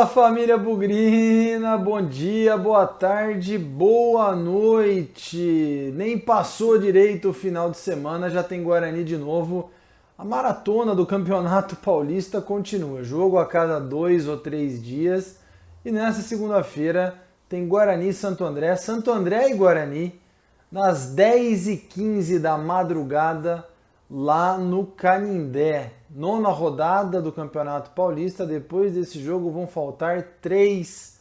Fala família bugrina, bom dia, boa tarde, boa noite. Nem passou direito o final de semana, já tem Guarani de novo. A maratona do Campeonato Paulista continua, jogo a cada 2 ou 3 dias. E nessa segunda-feira tem Guarani e Santo André. Santo André e Guarani, nas 10h15 da madrugada, lá no Canindé. Nona rodada do Campeonato Paulista. Depois desse jogo vão faltar 3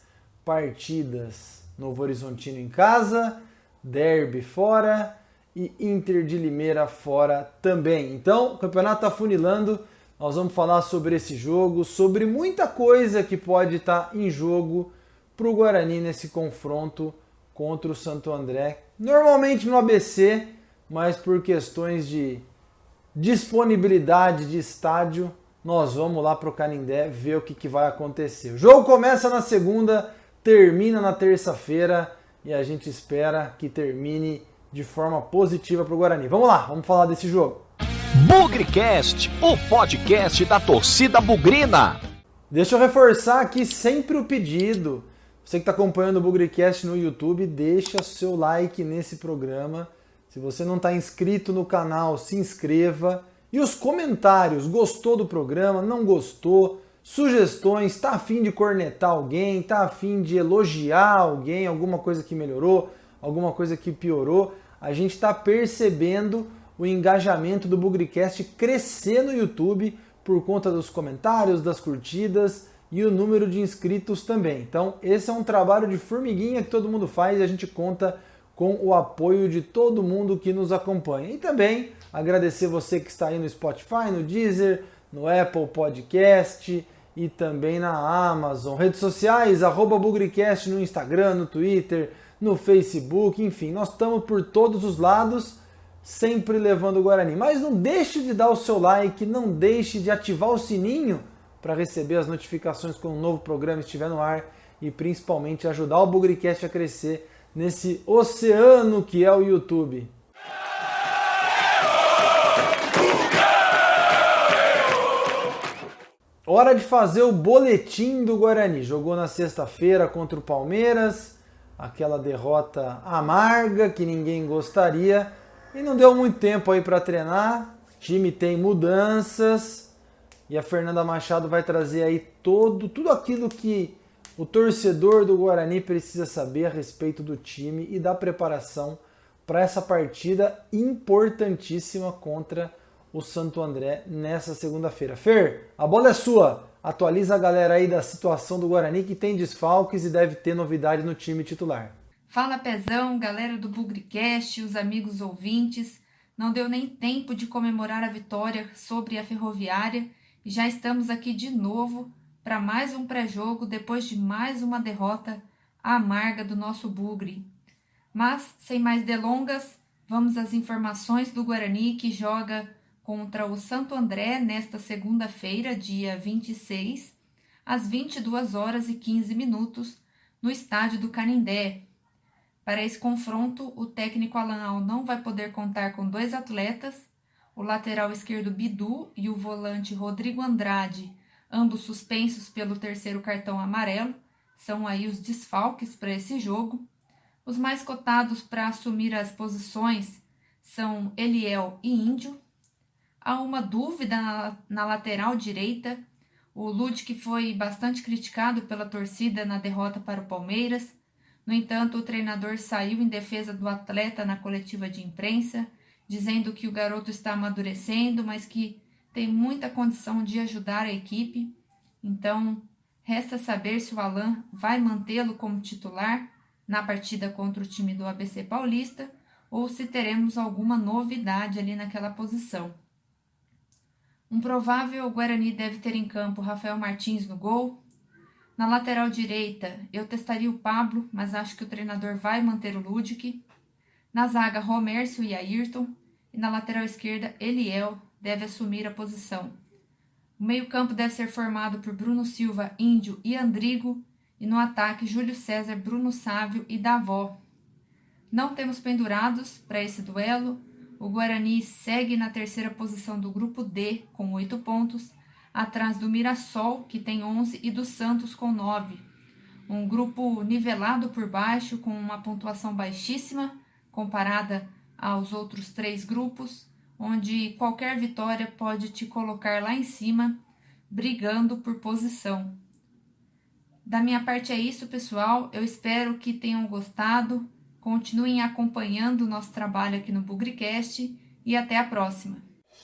partidas. Novo Horizontino em casa, Derby fora e Inter de Limeira fora também. Então, o campeonato está funilando. Nós vamos falar sobre esse jogo, sobre muita coisa que pode estar em jogo para o Guarani nesse confronto contra o Santo André. Normalmente no ABC, mas por questões de disponibilidade de estádio, nós vamos lá para o Canindé ver o que vai acontecer. O jogo começa na segunda, termina na terça-feira e a gente espera que termine de forma positiva para o Guarani. Vamos lá, vamos falar desse jogo. BugriCast, o podcast da torcida bugrina. Deixa eu reforçar aqui sempre o pedido. Você que está acompanhando o BugriCast no YouTube, deixa seu like nesse programa. Se você não está inscrito no canal, se inscreva. E os comentários, gostou do programa, não gostou, sugestões, está a fim de cornetar alguém, está a fim de elogiar alguém, alguma coisa que melhorou, alguma coisa que piorou. A gente está percebendo o engajamento do BugriCast crescer no YouTube por conta dos comentários, das curtidas e o número de inscritos também. Então esse é um trabalho de formiguinha que todo mundo faz e a gente conta com o apoio de todo mundo que nos acompanha. E também agradecer você que está aí no Spotify, no Deezer, no Apple Podcast e também na Amazon. Redes sociais, @BugriCast no Instagram, no Twitter, no Facebook, enfim, nós estamos por todos os lados, sempre levando o Guarani. Mas não deixe de dar o seu like, não deixe de ativar o sininho para receber as notificações quando um novo programa estiver no ar e principalmente ajudar o BugriCast a crescer nesse oceano que é o YouTube. Hora de fazer o boletim do Guarani. Jogou na sexta-feira contra o Palmeiras, aquela derrota amarga que ninguém gostaria e não deu muito tempo aí para treinar. O time tem mudanças e a Fernanda Machado vai trazer aí tudo aquilo que o torcedor do Guarani precisa saber a respeito do time e da preparação para essa partida importantíssima contra o Santo André nessa segunda-feira. Fer, a bola é sua. Atualiza a galera aí da situação do Guarani que tem desfalques e deve ter novidade no time titular. Fala Pezão, galera do BugriCast, os amigos ouvintes. Não deu nem tempo de comemorar a vitória sobre a Ferroviária e já estamos aqui de novo para mais um pré-jogo depois de mais uma derrota amarga do nosso Bugre. Mas, sem mais delongas, vamos às informações do Guarani que joga contra o Santo André nesta segunda-feira, dia 26, às 22h15, no estádio do Canindé. Para esse confronto, o técnico Alan não vai poder contar com 2 atletas, o lateral esquerdo Bidu e o volante Rodrigo Andrade, ambos suspensos pelo 3º cartão amarelo, são aí os desfalques para esse jogo. Os mais cotados para assumir as posições são Eliel e Índio. Há uma dúvida na lateral direita. O Ludic foi bastante criticado pela torcida na derrota para o Palmeiras. No entanto, o treinador saiu em defesa do atleta na coletiva de imprensa, dizendo que o garoto está amadurecendo, mas que tem muita condição de ajudar a equipe. Então, resta saber se o Alan vai mantê-lo como titular na partida contra o time do ABC Paulista ou se teremos alguma novidade ali naquela posição. Um provável Guarani deve ter em campo Rafael Martins no gol. Na lateral direita, eu testaria o Pablo, mas acho que o treinador vai manter o Ludic. Na zaga, Romércio e Ayrton. E na lateral esquerda, Eliel deve assumir a posição. O meio-campo deve ser formado por Bruno Silva, Índio e Andrigo. E no ataque, Júlio César, Bruno Sávio e Davó. Não temos pendurados para esse duelo. O Guarani segue na 3ª posição do grupo D com 8 pontos. atrás do Mirassol, que tem 11, e do Santos com 9. Um grupo nivelado por baixo, com uma pontuação baixíssima, comparada aos outros 3 grupos, onde qualquer vitória pode te colocar lá em cima, brigando por posição. Da minha parte é isso, pessoal. Eu espero que tenham gostado. Continuem acompanhando o nosso trabalho aqui no BugriCast e até a próxima.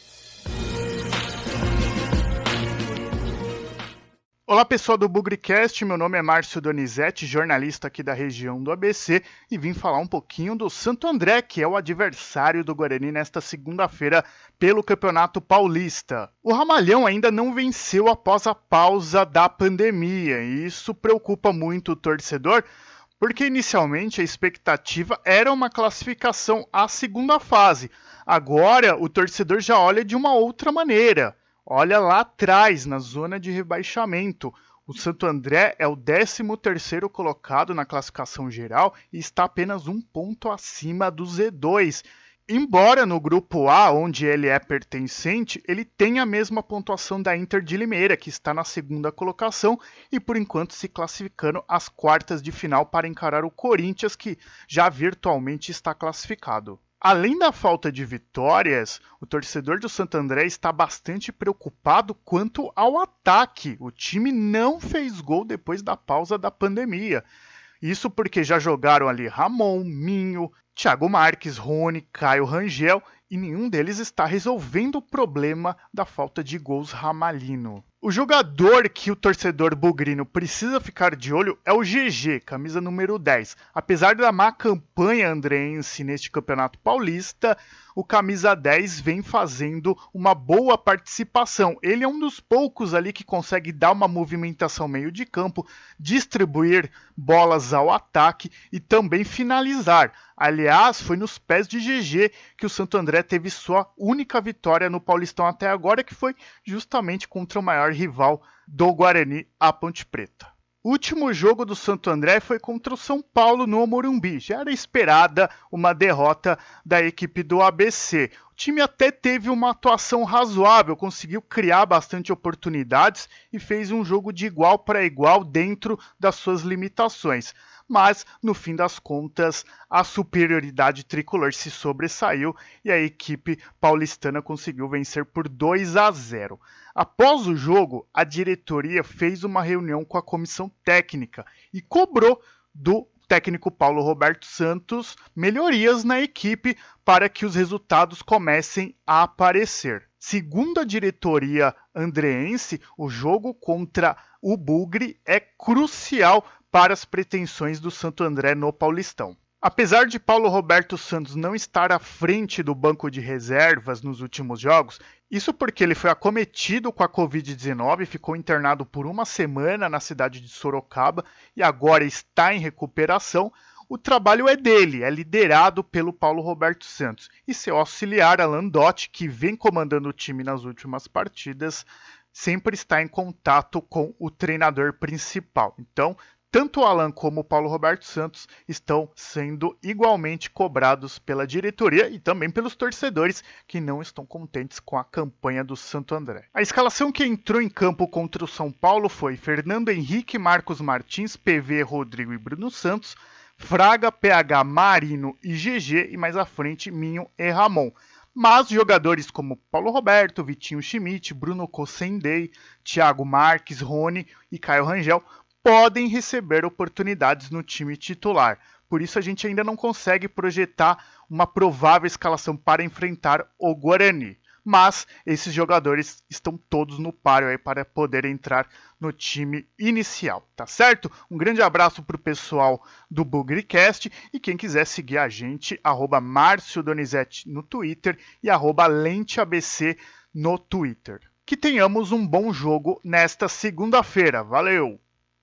Olá pessoal do BugriCast, meu nome é Márcio Donizete, jornalista aqui da região do ABC e vim falar um pouquinho do Santo André, que é o adversário do Guarani nesta segunda-feira pelo Campeonato Paulista. O Ramalhão ainda não venceu após a pausa da pandemia e isso preocupa muito o torcedor, porque inicialmente a expectativa era uma classificação à segunda fase. Agora o torcedor já olha de uma outra maneira. Olha lá atrás, na zona de rebaixamento. O Santo André é o 13º colocado na classificação geral e está apenas 1 ponto acima do Z2. Embora no grupo A, onde ele é pertencente, ele tem a mesma pontuação da Inter de Limeira, que está na 2ª colocação e por enquanto se classificando às quartas de final para encarar o Corinthians, que já virtualmente está classificado. Além da falta de vitórias, o torcedor do Santo André está bastante preocupado quanto ao ataque. O time não fez gol depois da pausa da pandemia. Isso porque já jogaram ali Ramon, Minho, Thiago Marques, Rony, Caio Rangel e nenhum deles está resolvendo o problema da falta de gols ramalhino. O jogador que o torcedor bugrino precisa ficar de olho é o GG, camisa número 10. Apesar da má campanha andreense neste Campeonato Paulista, o camisa 10 vem fazendo uma boa participação. Ele é um dos poucos ali que consegue dar uma movimentação meio de campo, distribuir bolas ao ataque e também finalizar. Aliás, foi nos pés de GG que o Santo André teve sua única vitória no Paulistão até agora, que foi justamente contra o maior rival do Guarani, a Ponte Preta. O último jogo do Santo André foi contra o São Paulo no Morumbi. Já era esperada uma derrota da equipe do ABC. O time até teve uma atuação razoável, conseguiu criar bastante oportunidades e fez um jogo de igual para igual dentro das suas limitações. Mas, no fim das contas, a superioridade tricolor se sobressaiu e a equipe paulistana conseguiu vencer por 2-0. Após o jogo, a diretoria fez uma reunião com a comissão técnica e cobrou do técnico Paulo Roberto Santos melhorias na equipe para que os resultados comecem a aparecer. Segundo a diretoria andreense, o jogo contra o Bugre é crucial para as pretensões do Santo André no Paulistão. Apesar de Paulo Roberto Santos não estar à frente do banco de reservas nos últimos jogos, isso porque ele foi acometido com a Covid-19, ficou internado por 1 semana na cidade de Sorocaba e agora está em recuperação, o trabalho é dele, é liderado pelo Paulo Roberto Santos. E seu auxiliar, Alan Dotti, que vem comandando o time nas últimas partidas, sempre está em contato com o treinador principal. Então, tanto o Alan como o Paulo Roberto Santos estão sendo igualmente cobrados pela diretoria e também pelos torcedores que não estão contentes com a campanha do Santo André. A escalação que entrou em campo contra o São Paulo foi Fernando Henrique, Marcos Martins, PV, Rodrigo e Bruno Santos, Fraga, PH, Marino e GG e mais à frente Minho e Ramon. Mas jogadores como Paulo Roberto, Vitinho Schmidt, Bruno Cossendei, Thiago Marques, Rony e Caio Rangel podem receber oportunidades no time titular. Por isso a gente ainda não consegue projetar uma provável escalação para enfrentar o Guarani. Mas esses jogadores estão todos no páreo aí para poder entrar no time inicial, tá certo? Um grande abraço para o pessoal do BugriCast e quem quiser seguir a gente, @Márcio Donizete no Twitter e @LenteABC no Twitter. Que tenhamos um bom jogo nesta segunda-feira. Valeu!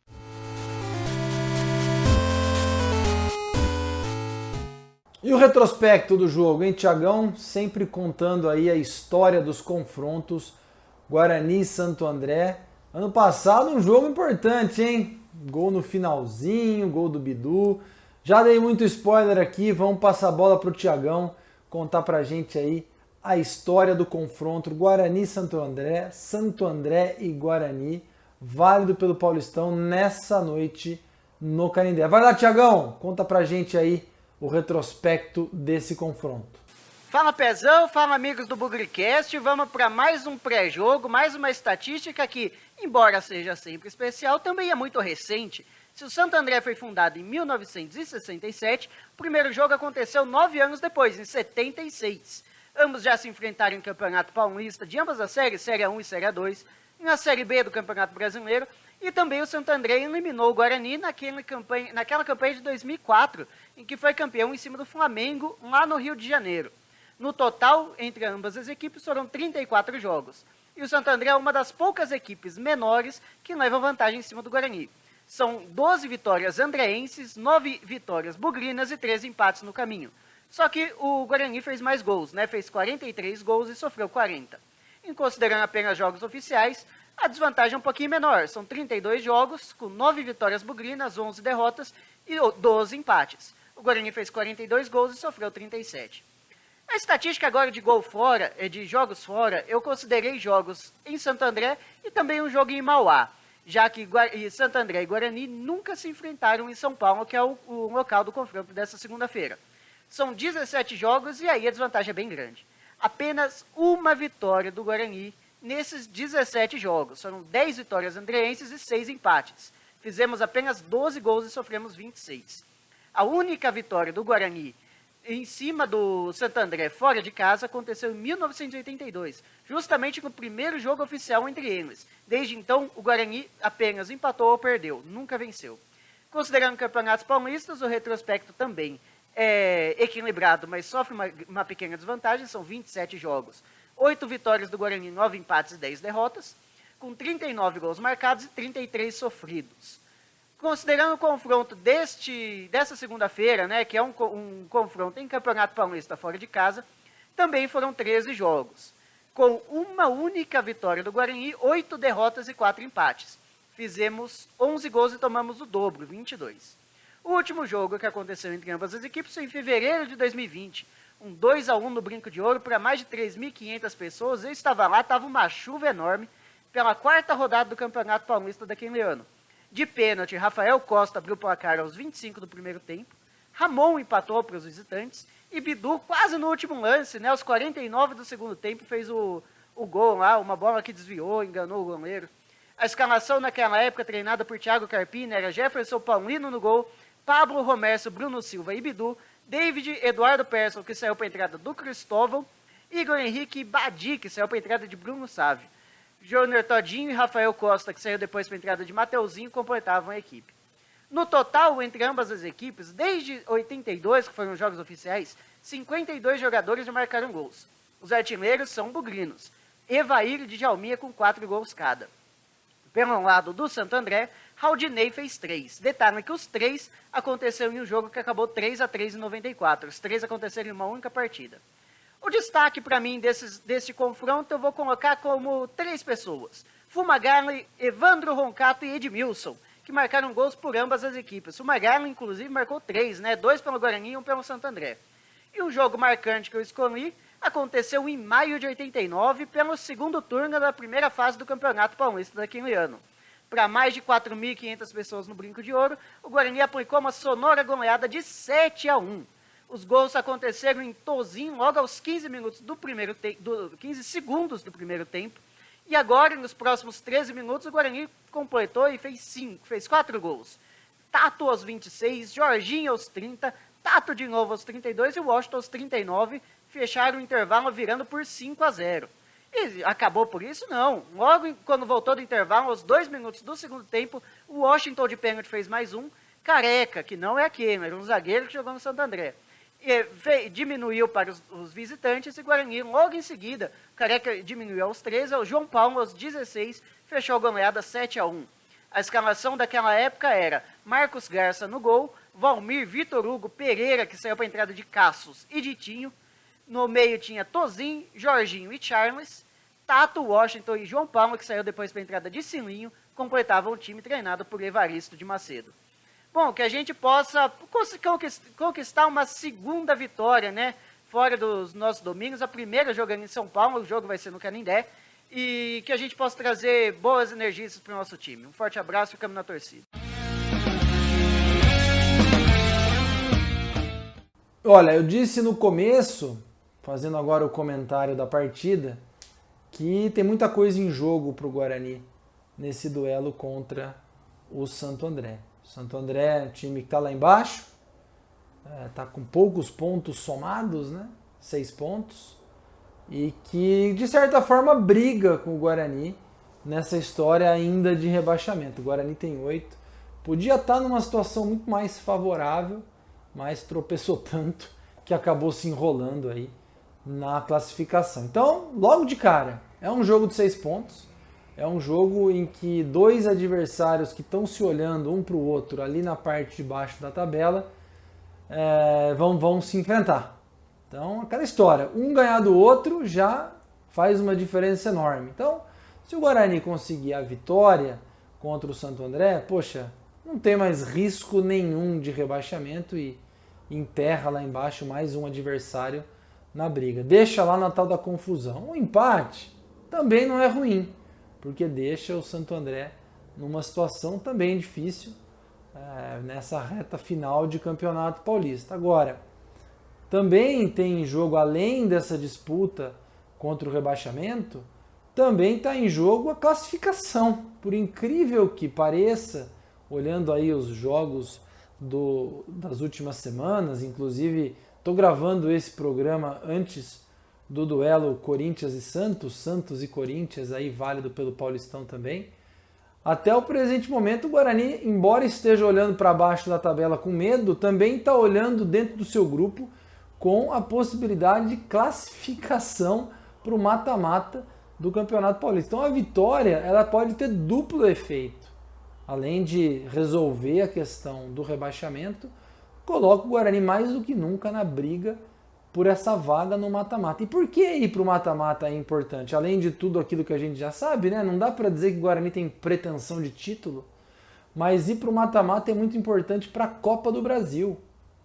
E o retrospecto do jogo, hein, Thiagão? Sempre contando aí a história dos confrontos Guarani e Santo André. Ano passado um jogo importante, hein? Gol no finalzinho, gol do Bidu. Já dei muito spoiler aqui, vamos passar a bola pro Thiagão contar pra gente aí a história do confronto Guarani-Santo André, Santo André e Guarani, válido pelo Paulistão nessa noite no Canindé. Vai lá, Tiagão, conta pra gente aí o retrospecto desse confronto. Fala, Pezão, fala, amigos do Bugricast, vamos para mais um pré-jogo, mais uma estatística que, embora seja sempre especial, também é muito recente. Se o Santo André foi fundado em 1967, o primeiro jogo aconteceu 9 anos depois, em 76. Ambos já se enfrentaram em Campeonato Paulista de ambas as séries, Série 1 e Série 2, na Série B do Campeonato Brasileiro, e também o Santo André eliminou o Guarani naquela campanha de 2004, em que foi campeão em cima do Flamengo, lá no Rio de Janeiro. No total, entre ambas as equipes, foram 34 jogos. E o Santo André é uma das poucas equipes menores que levam vantagem em cima do Guarani. São 12 vitórias andreenses, 9 vitórias bugrinas e 13 empates no caminho. Só que o Guarani fez mais gols, né? Fez 43 gols e sofreu 40. Em considerando apenas jogos oficiais, a desvantagem é um pouquinho menor. São 32 jogos, com 9 vitórias bugrinas, 11 derrotas e 12 empates. O Guarani fez 42 gols e sofreu 37. A estatística agora de gol fora, de jogos fora, eu considerei jogos em Santo André e também um jogo em Mauá, já que Santo André e Guarani nunca se enfrentaram em São Paulo, que é o local do confronto dessa segunda-feira. São 17 jogos e aí a desvantagem é bem grande. Apenas uma vitória do Guarani nesses 17 jogos. Foram 10 vitórias andreenses e 6 empates. Fizemos apenas 12 gols e sofremos 26. A única vitória do Guarani em cima do Santo André, fora de casa, aconteceu em 1982, justamente no primeiro jogo oficial entre eles. Desde então, o Guarani apenas empatou ou perdeu, nunca venceu. Considerando campeonatos paulistas, o retrospecto também é equilibrado, mas sofre uma pequena desvantagem, são 27 jogos. 8 vitórias do Guarani, 9 empates e 10 derrotas, com 39 gols marcados e 33 sofridos. Considerando o confronto dessa segunda-feira, né, que é um confronto em Campeonato Paulista fora de casa, também foram 13 jogos, com uma única vitória do Guarani, 8 derrotas e 4 empates. Fizemos 11 gols e tomamos o dobro, 22. O último jogo que aconteceu entre ambas as equipes foi em fevereiro de 2020, um 2-1 no Brinco de Ouro para mais de 3.500 pessoas. Eu estava lá, estava uma chuva enorme, pela 4ª rodada do Campeonato Paulista daquele ano. De pênalti, Rafael Costa abriu o placar aos 25 do primeiro tempo, Ramon empatou para os visitantes e Bidu, quase no último lance, né, aos 49 do segundo tempo, fez o gol lá, uma bola que desviou, enganou o goleiro. A escalação naquela época, treinada por Thiago Carpini, era Jefferson Paulino no gol, Pablo Romércio, Bruno Silva e Bidu, David Eduardo Persson, que saiu para a entrada do Cristóvão, Igor Henrique e Badi, que saiu para a entrada de Bruno Sávio. Júnior Todinho e Rafael Costa, que saiu depois para a entrada de Mateuzinho, completavam a equipe. No total, entre ambas as equipes, desde 82, que foram os jogos oficiais, 52 jogadores já marcaram gols. Os artilheiros são bugrinos, Evair e Djalminha com 4 gols cada. Pelo lado do Santo André, Raudinei fez 3. Detalhe que os 3 aconteceram em um jogo que acabou 3-3 em 94. Os 3 aconteceram em uma única partida. O destaque para mim desse confronto eu vou colocar como 3 pessoas. Fumagalli, Evandro Roncato e Edmilson, que marcaram gols por ambas as equipes. Fumagalli, inclusive, marcou 3, né? 2 pelo Guarani e 1 pelo Santo André. E o jogo marcante que eu escolhi aconteceu em maio de 89, pelo segundo turno da primeira fase do Campeonato Paulista daquele ano. Para mais de 4.500 pessoas no Brinco de Ouro, o Guarani aplicou uma sonora goleada de 7-1. Os gols aconteceram em Tozinho logo aos 15 segundos do primeiro tempo. E agora, nos próximos 13 minutos, o Guarani completou e fez 4 gols. Tato aos 26, Jorginho aos 30, Tato de novo aos 32 e o Washington aos 39. Fecharam o intervalo virando por 5-0. E acabou por isso? Não. Logo quando voltou do intervalo, aos 2 minutos do segundo tempo, o Washington de pênalti fez mais um. Careca, que não é aquele, era um zagueiro que jogou no Santo André. Diminuiu para os visitantes e Guarani logo em seguida, Careca diminuiu aos 13, o João Paulo aos 16, fechou a goleada 7-1. A escalação daquela época era Marcos Garça no gol, Valmir, Vitor Hugo, Pereira, que saiu para a entrada de Caços e Ditinho, no meio tinha Tozinho, Jorginho e Charles, Tato, Washington e João Paulo, que saiu depois para a entrada de Silinho, completavam o time treinado por Evaristo de Macedo. Bom, que a gente possa conquistar uma segunda vitória, né? fora dos nossos domínios. A primeira jogando em São Paulo, o jogo vai ser no Canindé. E que a gente possa trazer boas energias para o nosso time. Um forte abraço e ficamos na torcida. Olha, eu disse no começo, fazendo agora o comentário da partida, que tem muita coisa em jogo para o Guarani nesse duelo contra o Santo André. O Santo André é um time que está lá embaixo, está com poucos pontos somados, né? 6 pontos, e que de certa forma briga com o Guarani nessa história ainda de rebaixamento. O Guarani tem 8, podia estar numa situação muito mais favorável, mas tropeçou tanto que acabou se enrolando aí na classificação. Então, logo de cara, é um jogo de 6 pontos, é um jogo em que dois adversários que estão se olhando um para o outro ali na parte de baixo da tabela vão se enfrentar. Então, aquela história, um ganhar do outro já faz uma diferença enorme. Então, se o Guarani conseguir a vitória contra o Santo André, poxa, não tem mais risco nenhum de rebaixamento e enterra lá embaixo mais um adversário na briga. Deixa lá na tal da confusão. Um empate também não é ruim, porque deixa o Santo André numa situação também difícil nessa reta final de Campeonato Paulista. Agora, também tem em jogo, além dessa disputa contra o rebaixamento, também está em jogo a classificação. Por incrível que pareça, olhando aí os jogos das últimas semanas, inclusive estou gravando esse programa antes do duelo Corinthians e Santos e Corinthians, aí válido pelo Paulistão também. Até o presente momento, o Guarani, embora esteja olhando para baixo da tabela com medo, também está olhando dentro do seu grupo com a possibilidade de classificação para o mata-mata do Campeonato Paulista. Então a vitória ela pode ter duplo efeito. Além de resolver a questão do rebaixamento, coloca o Guarani mais do que nunca na briga por essa vaga no mata-mata. E por que ir para o mata-mata é importante? Além de tudo aquilo que a gente já sabe, né? Não dá para dizer que o Guarani tem pretensão de título, mas ir para o mata-mata é muito importante para a Copa do Brasil.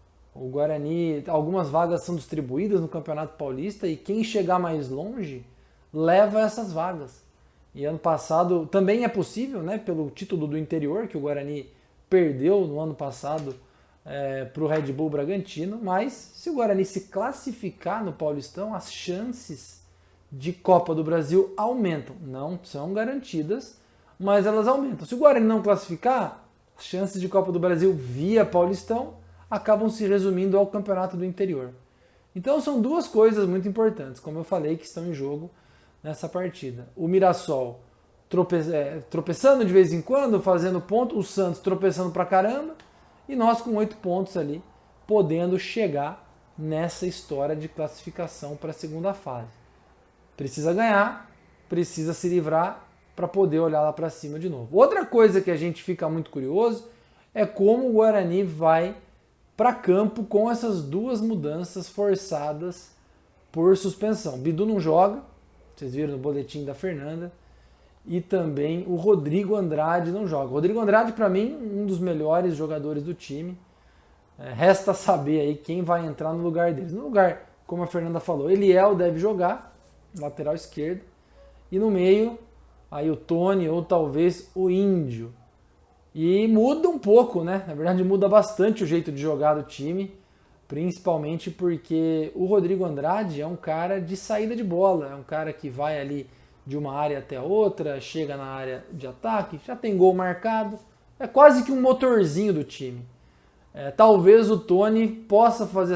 O Guarani, algumas vagas são distribuídas no Campeonato Paulista e quem chegar mais longe leva essas vagas. E ano passado também é possível, né, pelo título do interior, que o Guarani perdeu no ano passado para o Red Bull Bragantino, mas se o Guarani se classificar no Paulistão, as chances de Copa do Brasil aumentam. Não são garantidas, mas elas aumentam. Se o Guarani não classificar, as chances de Copa do Brasil via Paulistão acabam se resumindo ao Campeonato do Interior. Então são duas coisas muito importantes, como eu falei, que estão em jogo nessa partida. O Mirassol tropeçando de vez em quando, fazendo ponto, o Santos tropeçando pra caramba, e nós com 8 pontos ali, podendo chegar nessa história de classificação para a segunda fase. Precisa ganhar, precisa se livrar para poder olhar lá para cima de novo. Outra coisa que a gente fica muito curioso é como o Guarani vai para campo com essas duas mudanças forçadas por suspensão. Bidu não joga, vocês viram no boletim da Fernanda, e também o Rodrigo Andrade não joga. O Rodrigo Andrade, para mim, um dos melhores jogadores do time. Resta saber aí quem vai entrar no lugar deles. No lugar, como a Fernanda falou, Eliel deve jogar, lateral esquerdo, e no meio, aí o Tony ou talvez o Índio. E muda um pouco, né? Na verdade, muda bastante o jeito de jogar do time, principalmente porque o Rodrigo Andrade é um cara de saída de bola, é um cara que vai ali de uma área até a outra, chega na área de ataque, já tem gol marcado, é quase que um motorzinho do time. Talvez o Tony possa fazer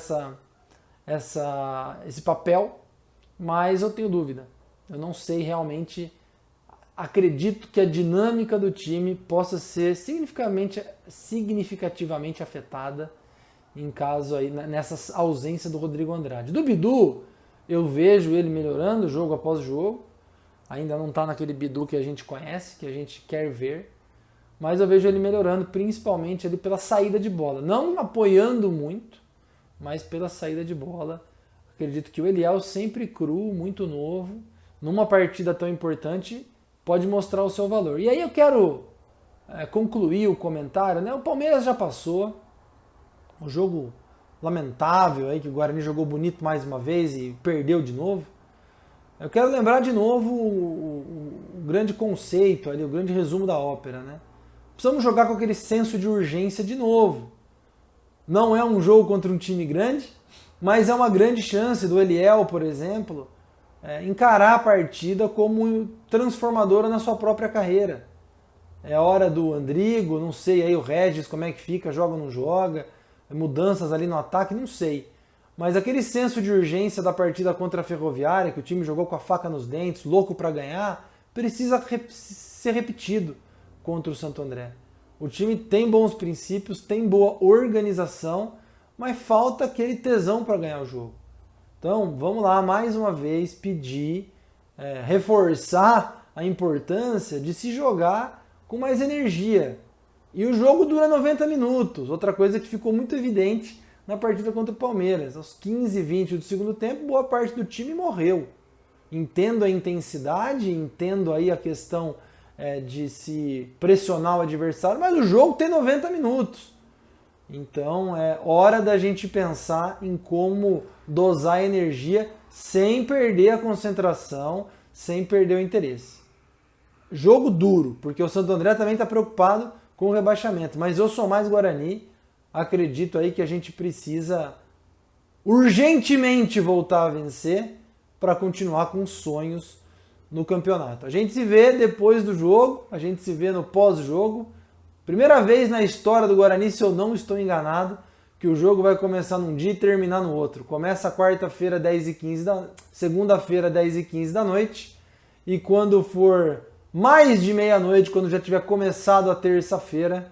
esse papel, mas eu tenho dúvida. Eu não sei realmente. Acredito que a dinâmica do time possa ser significativamente afetada em caso aí nessa ausência do Rodrigo Andrade. Do Bidu, eu vejo ele melhorando jogo após jogo. Ainda não está naquele Bidu que a gente conhece, que a gente quer ver. Mas eu vejo ele melhorando, principalmente ali pela saída de bola. Não apoiando muito, mas pela saída de bola. Acredito que o Eliel, sempre cru, muito novo, numa partida tão importante, pode mostrar o seu valor. E aí eu quero concluir o comentário, né? O Palmeiras já passou, o jogo lamentável aí, que o Guarani jogou bonito mais uma vez e perdeu de novo. Eu quero lembrar de novo o grande conceito ali, o grande resumo da ópera, né? Precisamos jogar com aquele senso de urgência de novo. Não é um jogo contra um time grande, mas é uma grande chance do Eliel, por exemplo, encarar a partida como transformadora na sua própria carreira. É hora do Andrigo, não sei aí o Regis como é que fica, joga ou não joga, mudanças ali no ataque, não sei. Mas aquele senso de urgência da partida contra a Ferroviária, que o time jogou com a faca nos dentes, louco para ganhar, precisa ser repetido contra o Santo André. O time tem bons princípios, tem boa organização, mas falta aquele tesão para ganhar o jogo. Então, vamos lá, mais uma vez, pedir, reforçar a importância de se jogar com mais energia. E o jogo dura 90 minutos, outra coisa que ficou muito evidente na partida contra o Palmeiras. Aos 15, 20 do segundo tempo, boa parte do time morreu. Entendo a intensidade, entendo aí a questão de se pressionar o adversário, mas o jogo tem 90 minutos. Então é hora da gente pensar em como dosar a energia sem perder a concentração, sem perder o interesse. Jogo duro, porque o Santo André também está preocupado com o rebaixamento, mas eu sou mais Guarani, acredito aí que a gente precisa urgentemente voltar a vencer para continuar com sonhos no campeonato. A gente se vê depois do jogo, a gente se vê no pós-jogo. Primeira vez na história do Guarani, se eu não estou enganado, que o jogo vai começar num dia e terminar no outro. Começa quarta-feira, 10h15 segunda-feira, 10h15 da noite, e quando for mais de meia-noite, quando já tiver começado a terça-feira,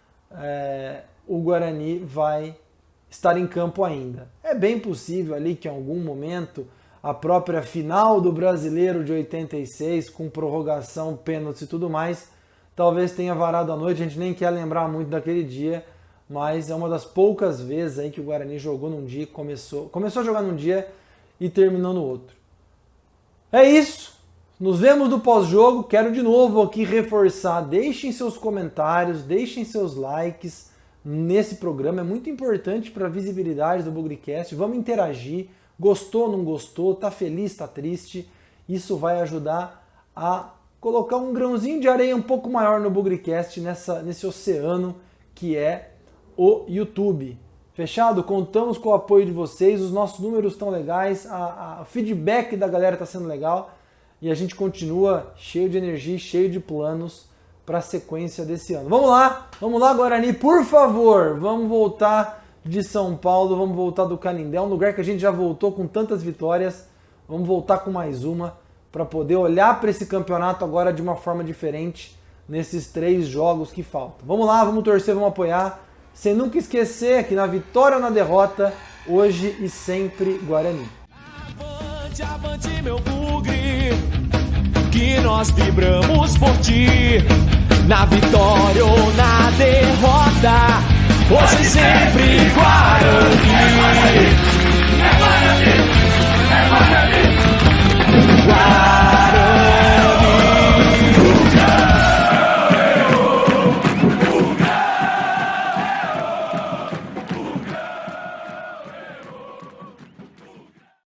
o Guarani vai estar em campo ainda. É bem possível ali que em algum momento a própria final do Brasileiro de 86, com prorrogação, pênaltis e tudo mais, talvez tenha varado a noite. A gente nem quer lembrar muito daquele dia, mas é uma das poucas vezes aí que o Guarani jogou num dia, começou a jogar num dia e terminou no outro. É isso. Nos vemos no pós-jogo. Quero de novo aqui reforçar. Deixem seus comentários, deixem seus likes nesse programa. É muito importante para a visibilidade do Bugricast. Vamos interagir. Gostou, não gostou? Tá feliz, tá triste? Isso vai ajudar a colocar um grãozinho de areia um pouco maior no Bugricast, nesse oceano que é o YouTube. Fechado? Contamos com o apoio de vocês, os nossos números estão legais, o feedback da galera está sendo legal e a gente continua cheio de energia, cheio de planos para a sequência desse ano. Vamos lá Guarani, por favor, vamos voltar de São Paulo, vamos voltar do Canindé, um lugar que a gente já voltou com tantas vitórias, vamos voltar com mais uma para poder olhar para esse campeonato agora de uma forma diferente nesses 3 jogos que faltam. Vamos lá, vamos torcer, vamos apoiar, sem nunca esquecer que na vitória ou na derrota, hoje e sempre Guarani. Avante, avante meu bugre, que nós vibramos por ti, na vitória ou na derrota, hoje e sempre Guarani. É Guarani, é Guarani, é Guarani.